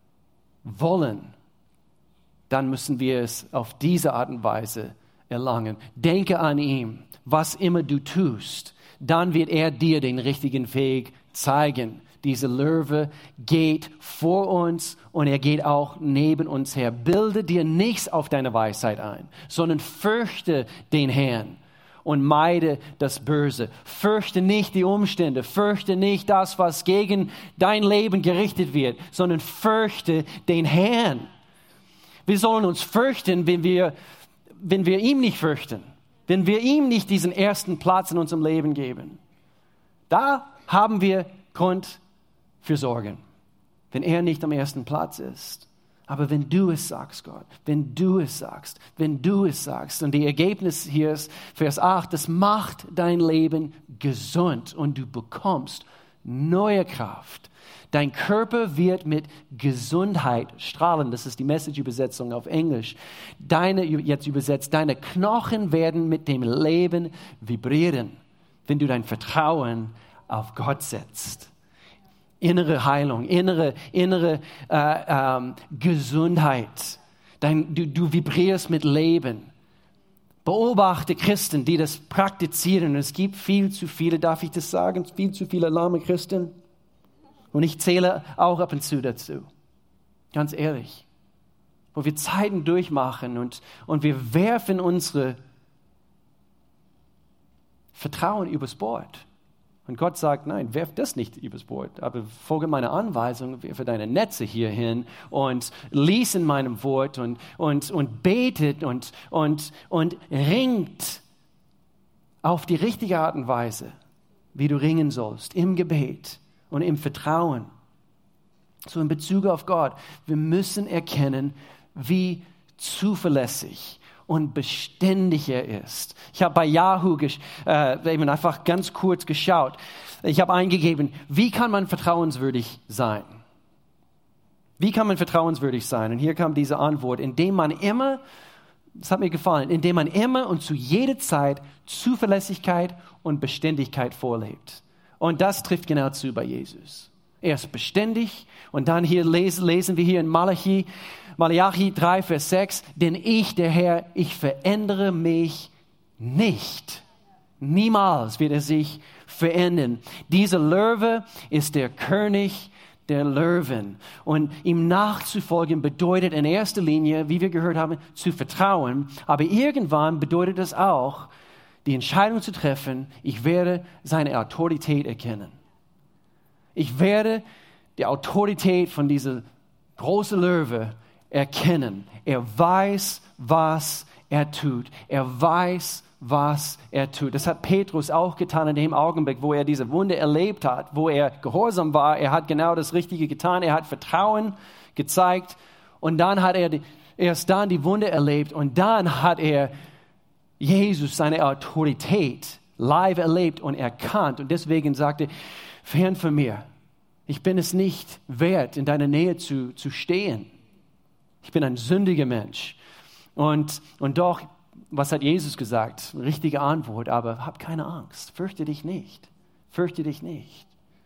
wollen, dann müssen wir es auf diese Art und Weise erlangen. Denke an ihn, was immer du tust. Dann wird er dir den richtigen Weg zeigen. Dieser Löwe geht vor uns und er geht auch neben uns her. Bilde dir nichts auf deine Weisheit ein, sondern fürchte den Herrn und meide das Böse. Fürchte nicht die Umstände, fürchte nicht das, was gegen dein Leben gerichtet wird, sondern fürchte den Herrn. Wir sollen uns fürchten, wenn wir, wenn wir ihm nicht fürchten. Wenn wir ihm nicht diesen ersten Platz in unserem Leben geben, da haben wir Grund für Sorgen, wenn er nicht am ersten Platz ist. Aber wenn du es sagst, Gott, wenn du es sagst, wenn du es sagst, und die Ergebnis hier ist, Vers acht, das macht dein Leben gesund und du bekommst neue Kraft. Dein Körper wird mit Gesundheit strahlen. Das ist die Message-Übersetzung auf Englisch. Deine, jetzt übersetzt, deine Knochen werden mit dem Leben vibrieren, wenn du dein Vertrauen auf Gott setzt. Innere Heilung, innere, innere äh, ähm, Gesundheit. Dein, du, du vibrierst mit Leben. beobachte Christen, die das praktizieren. Es gibt viel zu viele, darf ich das sagen, viel zu viele lahme Christen. Und ich zähle auch ab und zu dazu. Ganz ehrlich. Wo wir Zeiten durchmachen und, und wir werfen unsere Vertrauen übers Bord. Und Gott sagt, nein, werf das nicht übers Bord, aber folge meiner Anweisung, werfe deine Netze hierhin und lies in meinem Wort und, und, und betet und, und, und ringt auf die richtige Art und Weise, wie du ringen sollst, im Gebet und im Vertrauen. So in Bezug auf Gott, wir müssen erkennen, wie zuverlässig und beständig er ist. Ich habe bei Yahoo gesch- äh, eben einfach ganz kurz geschaut. Ich habe eingegeben, wie kann man vertrauenswürdig sein? Wie kann man vertrauenswürdig sein? Und hier kam diese Antwort, indem man immer, das hat mir gefallen, indem man immer und zu jeder Zeit Zuverlässigkeit und Beständigkeit vorlebt. Und das trifft genau zu bei Jesus. Er ist beständig. Und dann hier lesen, lesen wir hier in Malachi, Malachi drei, Vers sechs, denn ich, der Herr, ich verändere mich nicht. Niemals wird er sich verändern. Dieser Löwe ist der König der Löwen. Und ihm nachzufolgen bedeutet in erster Linie, wie wir gehört haben, zu vertrauen. Aber irgendwann bedeutet es auch, die Entscheidung zu treffen, ich werde seine Autorität erkennen. Ich werde die Autorität von dieser großen Löwe erkennen. Er weiß, was er tut. Er weiß, was er tut. Das hat Petrus auch getan in dem Augenblick, wo er diese Wunder erlebt hat, wo er gehorsam war. Er hat genau das Richtige getan. Er hat Vertrauen gezeigt. Und dann hat er die, erst dann die Wunder erlebt. Und dann hat er Jesus, seine Autorität, live erlebt und erkannt. Und deswegen sagte er, fern von mir. Ich bin es nicht wert, in deiner Nähe zu, zu stehen. Ich bin ein sündiger Mensch. Und, und doch, was hat Jesus gesagt? Richtige Antwort, aber hab keine Angst. Fürchte dich nicht. Fürchte dich nicht.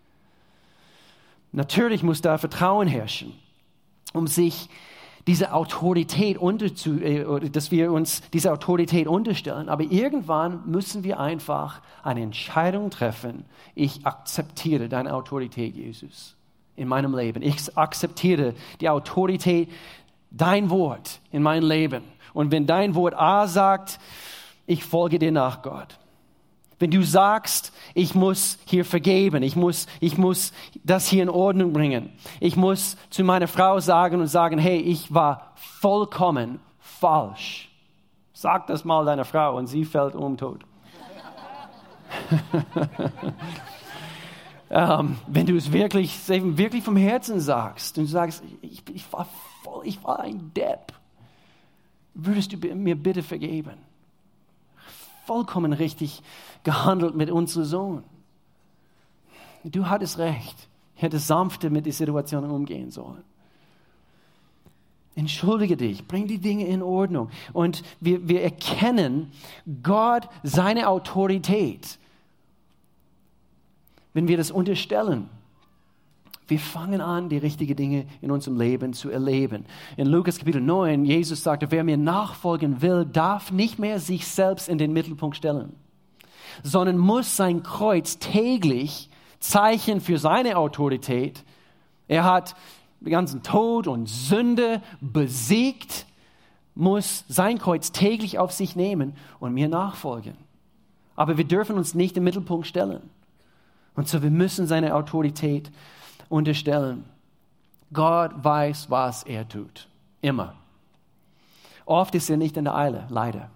Natürlich muss da Vertrauen herrschen, um sich diese Autorität unterzu, äh, dass wir uns dieser Autorität unterstellen. Aber irgendwann müssen wir einfach eine Entscheidung treffen. Ich akzeptiere deine Autorität, Jesus, in meinem Leben. Ich akzeptiere die Autorität, dein Wort in mein Leben. Und wenn dein Wort A sagt, ich folge dir nach, Gott. Wenn du sagst, ich muss hier vergeben, ich muss, ich muss das hier in Ordnung bringen. Ich muss zu meiner Frau sagen und sagen, hey, ich war vollkommen falsch. Sag das mal deiner Frau und sie fällt um tot. ähm, wenn du es wirklich, wirklich vom Herzen sagst und du sagst, ich, ich, war voll, ich war ein Depp, würdest du mir bitte vergeben? Vollkommen richtig gehandelt mit unserem Sohn. Du hattest recht. Ich hätte sanfter mit der Situation umgehen sollen. Entschuldige dich, bring die Dinge in Ordnung. Und wir, wir erkennen Gott, seine Autorität. Wenn wir das unterstellen, wir fangen an, die richtigen Dinge in unserem Leben zu erleben. In Lukas Kapitel neun, Jesus sagte, wer mir nachfolgen will, darf nicht mehr sich selbst in den Mittelpunkt stellen, sondern muss sein Kreuz täglich Zeichen für seine Autorität. Er hat den ganzen Tod und Sünde besiegt, muss sein Kreuz täglich auf sich nehmen und mir nachfolgen. Aber wir dürfen uns nicht im Mittelpunkt stellen. Und so, wir müssen seine Autorität unterstellen. Gott weiß, was er tut. Immer. Oft ist er nicht in der Eile, leider.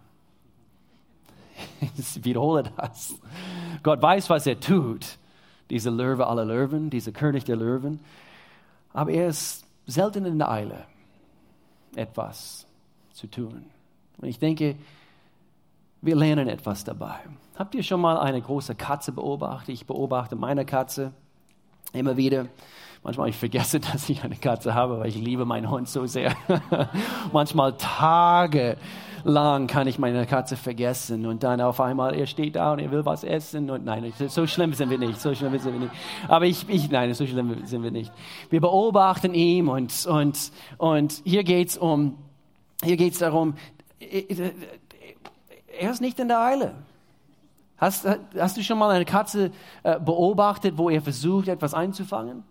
Ich wiederhole das. Gott weiß, was er tut. Dieser Löwe aller Löwen, dieser König der Löwen. Aber er ist selten in der Eile, etwas zu tun. Und ich denke, wir lernen etwas dabei. Habt ihr schon mal eine große Katze beobachtet? Ich beobachte meine Katze immer wieder. Manchmal ich vergesse, dass ich eine Katze habe, weil ich liebe meinen Hund so sehr. Manchmal tagelang kann ich meine Katze vergessen und dann auf einmal, er steht da und er will was essen und nein, so schlimm sind wir nicht, so schlimm sind wir nicht. Aber ich, ich nein, so schlimm sind wir nicht. Wir beobachten ihn und, und, und hier geht's um, hier geht's darum, er ist nicht in der Eile. Hast, hast du schon mal eine Katze äh, beobachtet, wo er versucht, etwas einzufangen?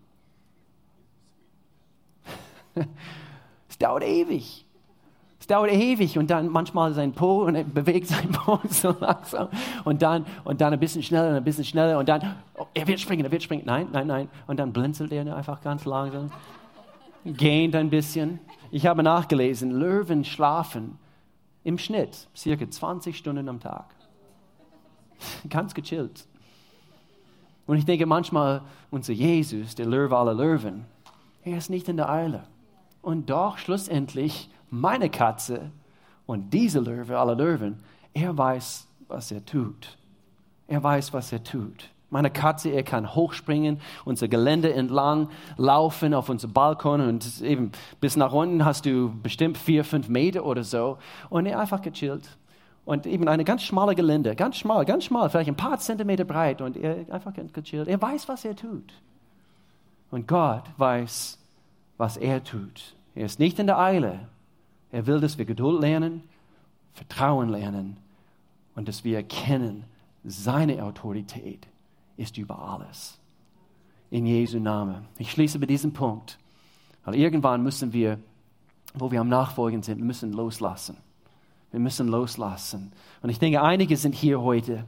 Es dauert ewig. Es dauert ewig und dann manchmal sein Po und er bewegt sein Po so langsam und dann, und dann ein bisschen schneller und ein bisschen schneller und dann, oh, er wird springen, er wird springen. Nein, nein, nein. Und dann blinzelt er einfach ganz langsam. Gähnt ein bisschen. Ich habe nachgelesen, Löwen schlafen im Schnitt circa zwanzig Stunden am Tag. Ganz gechillt. Und ich denke manchmal, unser Jesus, der Löwe aller Löwen, er ist nicht in der Eile. Und doch schlussendlich meine Katze und dieser Löwe aller Löwen, er weiß, was er tut. Er weiß, was er tut. Meine Katze, er kann hochspringen, unser Gelände entlang laufen auf unser Balkon und eben bis nach unten hast du bestimmt vier, fünf Meter oder so und er einfach gechillt. Und eben eine ganz schmale Gelände, ganz schmal, ganz schmal, vielleicht ein paar Zentimeter breit und er einfach gechillt. Er weiß, was er tut. Und Gott weiß, was er tut. Er ist nicht in der Eile. Er will, dass wir Geduld lernen, Vertrauen lernen und dass wir erkennen, seine Autorität ist über alles. In Jesu Namen. Ich schließe bei diesem Punkt. Weil irgendwann müssen wir, wo wir am Nachfolgen sind, müssen loslassen. Wir müssen loslassen. Und ich denke, einige sind hier heute.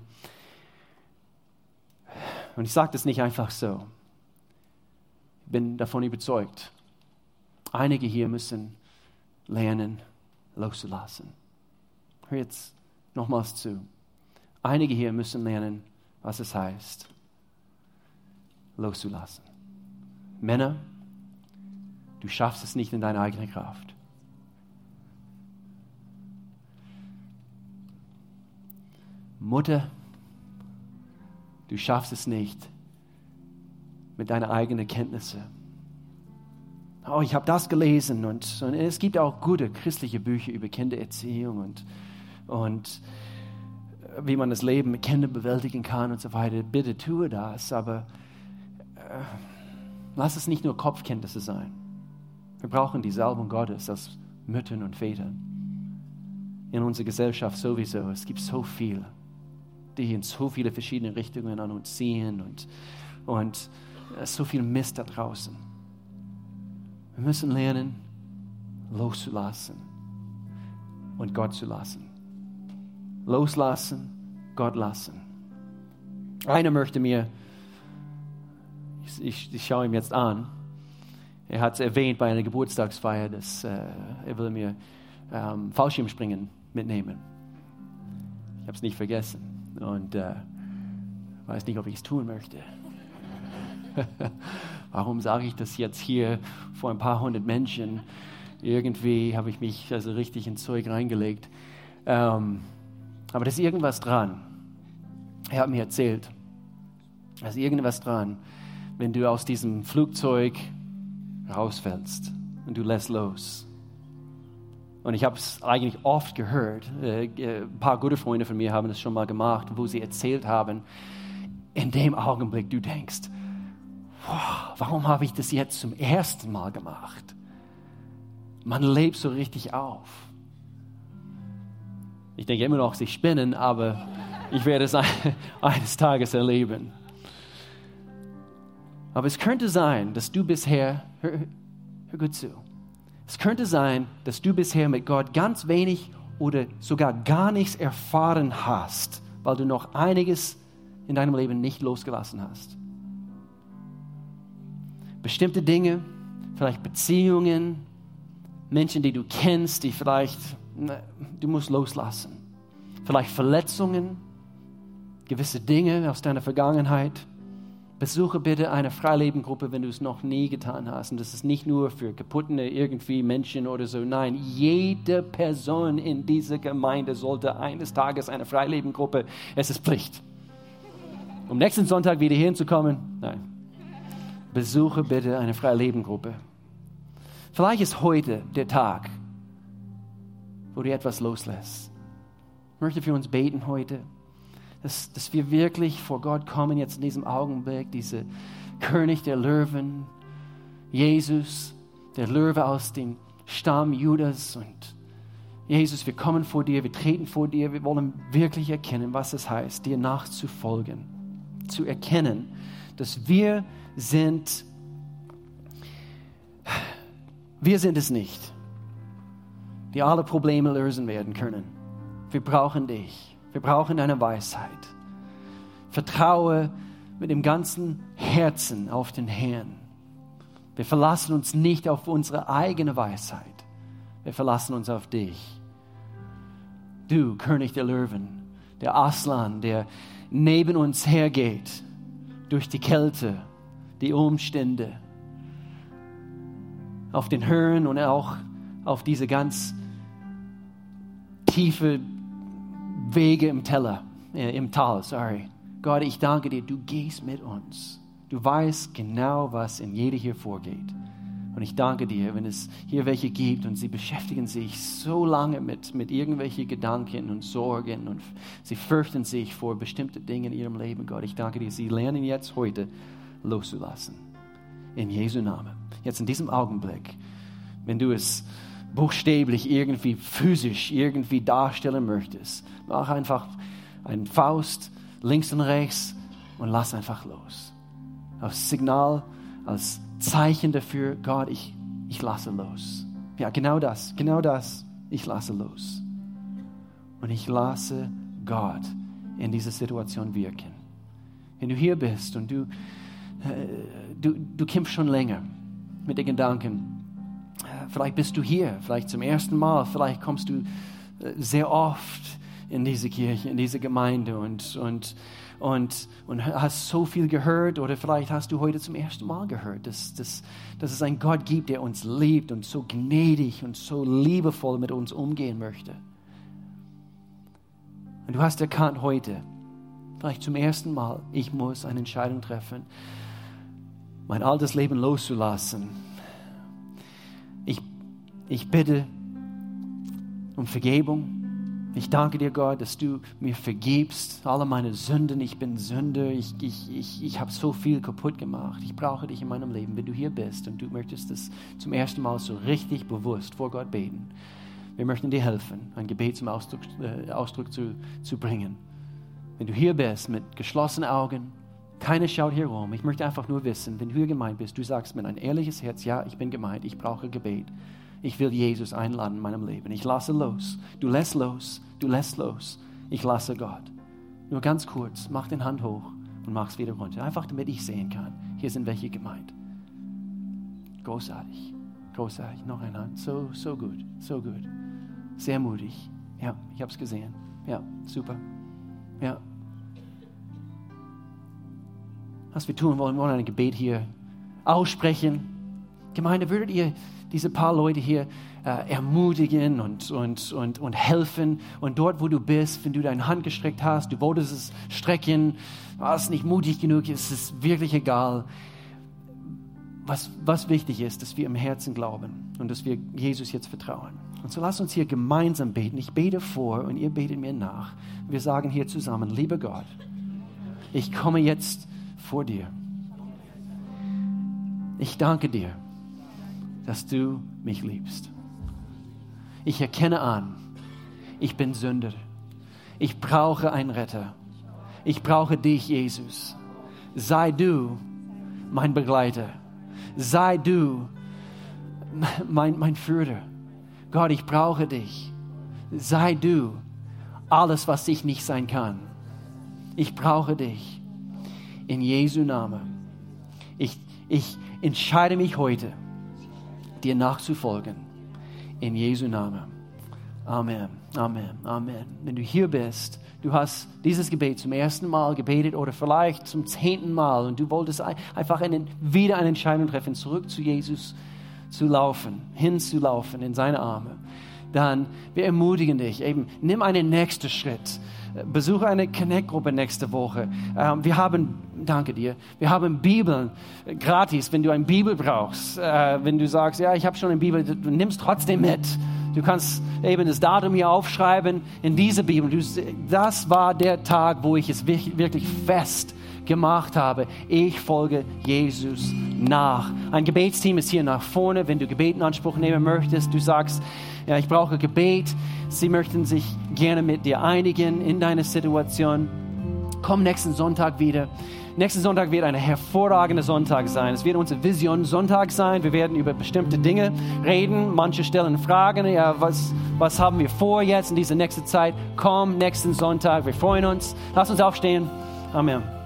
Und ich sage das nicht einfach so. Ich bin davon überzeugt. Einige hier müssen lernen, loszulassen. Hör jetzt nochmals zu. Einige hier müssen lernen, was es heißt, loszulassen. Männer, du schaffst es nicht in deiner eigenen Kraft. Mutter, du schaffst es nicht mit deinen eigenen Kenntnissen. Oh, ich habe das gelesen und, und es gibt auch gute christliche Bücher über Kindererziehung und, und wie man das Leben mit Kindern bewältigen kann und so weiter. Bitte tue das, aber äh, lass es nicht nur Kopfkenntnisse sein. Wir brauchen die Salbung Gottes als Müttern und Vätern. In unserer Gesellschaft sowieso. Es gibt so viel, die in so viele verschiedene Richtungen an uns ziehen und, und äh, so viel Mist da draußen. Wir müssen lernen, loszulassen und Gott zu lassen. Loslassen, Gott lassen. Einer möchte mir, ich, ich, ich schaue ihm jetzt an, er hat es erwähnt bei einer Geburtstagsfeier, dass äh, er will mir ähm, Fallschirmspringen mitnehmen. Ich habe es nicht vergessen und äh, weiß nicht, ob ich es tun möchte. Warum sage ich das jetzt hier vor ein paar hundert Menschen? Irgendwie habe ich mich also richtig ins Zeug reingelegt. Ähm, aber da ist irgendwas dran. Er hat mir erzählt, da ist irgendwas dran, wenn du aus diesem Flugzeug rausfällst und du lässt los. Und ich habe es eigentlich oft gehört. Äh, ein paar gute Freunde von mir haben das schon mal gemacht, wo sie erzählt haben, in dem Augenblick du denkst, wow, warum habe ich das jetzt zum ersten Mal gemacht? Man lebt so richtig auf. Ich denke immer noch, sie spinnen, aber ich werde es eines Tages erleben. Aber es könnte sein, dass du bisher, hör, hör gut zu, es könnte sein, dass du bisher mit Gott ganz wenig oder sogar gar nichts erfahren hast, weil du noch einiges in deinem Leben nicht losgelassen hast. Bestimmte Dinge, vielleicht Beziehungen, Menschen, die du kennst, die vielleicht, du musst loslassen. Vielleicht Verletzungen, gewisse Dinge aus deiner Vergangenheit. Besuche bitte eine Freilebengruppe, wenn du es noch nie getan hast. Und das ist nicht nur für kaputte irgendwie Menschen oder so. Nein, jede Person in dieser Gemeinde sollte eines Tages eine Freilebengruppe. Es ist Pflicht. Um nächsten Sonntag wieder hierhin zu kommen? Nein. Besuche bitte eine Freilebengruppe. Vielleicht ist heute der Tag, wo du etwas loslässt. Ich möchte für uns beten heute, dass, dass wir wirklich vor Gott kommen, jetzt in diesem Augenblick, dieser König der Löwen, Jesus, der Löwe aus dem Stamm Judas und Jesus, wir kommen vor dir, wir treten vor dir, wir wollen wirklich erkennen, was es heißt, dir nachzufolgen. Zu erkennen, dass wir sind, wir sind es nicht, die alle Probleme lösen werden können. Wir brauchen dich. Wir brauchen deine Weisheit. Vertraue mit dem ganzen Herzen auf den Herrn. Wir verlassen uns nicht auf unsere eigene Weisheit. Wir verlassen uns auf dich. Du, König der Löwen, der Aslan, der neben uns hergeht, durch die Kälte, die Umstände, auf den Höhen und auch auf diese ganz tiefe Wege im Teller, äh, im Tal, sorry. Gott, ich danke dir, du gehst mit uns. Du weißt genau, was in jeder hier vorgeht. Und ich danke dir, wenn es hier welche gibt und sie beschäftigen sich so lange mit, mit irgendwelchen Gedanken und Sorgen und sie fürchten sich vor bestimmten Dingen in ihrem Leben. Gott, ich danke dir, sie lernen jetzt heute loszulassen. In Jesu Namen. Jetzt in diesem Augenblick, wenn du es buchstäblich irgendwie physisch irgendwie darstellen möchtest, mach einfach einen Faust links und rechts und lass einfach los. Als Signal, als Zeichen dafür, Gott, ich, ich lasse los. Ja, genau das, genau das. Ich lasse los. Und ich lasse Gott in dieser Situation wirken. Wenn du hier bist und du, äh, du, du kämpfst schon länger mit den Gedanken, äh, vielleicht bist du hier, vielleicht zum ersten Mal, vielleicht kommst du äh, sehr oft in diese Kirche, in diese Gemeinde und, und Und, und hast so viel gehört oder vielleicht hast du heute zum ersten Mal gehört, dass, dass, dass es einen Gott gibt, der uns liebt und so gnädig und so liebevoll mit uns umgehen möchte. Und du hast erkannt heute, vielleicht zum ersten Mal, ich muss eine Entscheidung treffen, mein altes Leben loszulassen. Ich, ich bitte um Vergebung. Ich danke dir, Gott, dass du mir vergibst, alle meine Sünden. Ich bin Sünder, ich, ich, ich, ich habe so viel kaputt gemacht. Ich brauche dich in meinem Leben. Wenn du hier bist und du möchtest das zum ersten Mal so richtig bewusst vor Gott beten, wir möchten dir helfen, ein Gebet zum Ausdruck, äh, Ausdruck zu, zu bringen. Wenn du hier bist mit geschlossenen Augen, keiner schaut hier rum. Ich möchte einfach nur wissen, wenn du hier gemeint bist, du sagst mit ein ehrliches Herz, ja, ich bin gemeint, ich brauche Gebet. Ich will Jesus einladen in meinem Leben. Ich lasse los. Du lässt los. Du lässt los. Ich lasse Gott. Nur ganz kurz, mach den Hand hoch und mach es wieder runter. Einfach damit ich sehen kann. Hier sind welche gemeint. Großartig. Großartig. Noch eine Hand. So, so gut. So gut. Sehr mutig. Ja, ich habe es gesehen. Ja, super. Ja. Was wir tun wollen, wir wollen ein Gebet hier aussprechen. Gemeinde, würdet ihr diese paar Leute hier äh, ermutigen und, und, und, und helfen. Und dort, wo du bist, wenn du deine Hand gestreckt hast, du wolltest es strecken, warst nicht mutig genug, es ist wirklich egal. Was, was wichtig ist, dass wir im Herzen glauben und dass wir Jesus jetzt vertrauen. Und so lasst uns hier gemeinsam beten. Ich bete vor und ihr betet mir nach. Wir sagen hier zusammen, lieber Gott, ich komme jetzt vor dir. Ich danke dir, dass du mich liebst. Ich erkenne an, ich bin Sünder. Ich brauche einen Retter. Ich brauche dich, Jesus. Sei du mein Begleiter. Sei du mein, mein Führer. Gott, ich brauche dich. Sei du alles, was ich nicht sein kann. Ich brauche dich. In Jesu Namen. Ich, ich entscheide mich heute, dir nachzufolgen. In Jesu Namen. Amen, Amen, Amen. Wenn du hier bist, du hast dieses Gebet zum ersten Mal gebetet oder vielleicht zum zehnten Mal und du wolltest einfach einen, wieder eine Entscheidung treffen, zurück zu Jesus zu laufen, hinzulaufen in seine Arme, dann wir ermutigen dich, eben nimm einen nächsten Schritt. Besuche eine Connect-Gruppe nächste Woche. Ähm, wir haben, danke dir, wir haben Bibeln äh, gratis, wenn du eine Bibel brauchst. Äh, wenn du sagst, ja, ich habe schon eine Bibel, du nimmst trotzdem mit. Du kannst eben das Datum hier aufschreiben in diese Bibel. Du, das war der Tag, wo ich es wirklich fest gemacht habe. Ich folge Jesus nach. Ein Gebetsteam ist hier nach vorne. Wenn du Gebet in Anspruch nehmen möchtest, du sagst, ja, ich brauche Gebet. Sie möchten sich gerne mit dir einigen in deiner Situation. Komm nächsten Sonntag wieder. Nächsten Sonntag wird ein hervorragender Sonntag sein. Es wird unser Vision Sonntag sein. Wir werden über bestimmte Dinge reden. Manche stellen Fragen. Ja, was, was haben wir vor jetzt in dieser nächsten Zeit? Komm nächsten Sonntag. Wir freuen uns. Lass uns aufstehen. Amen.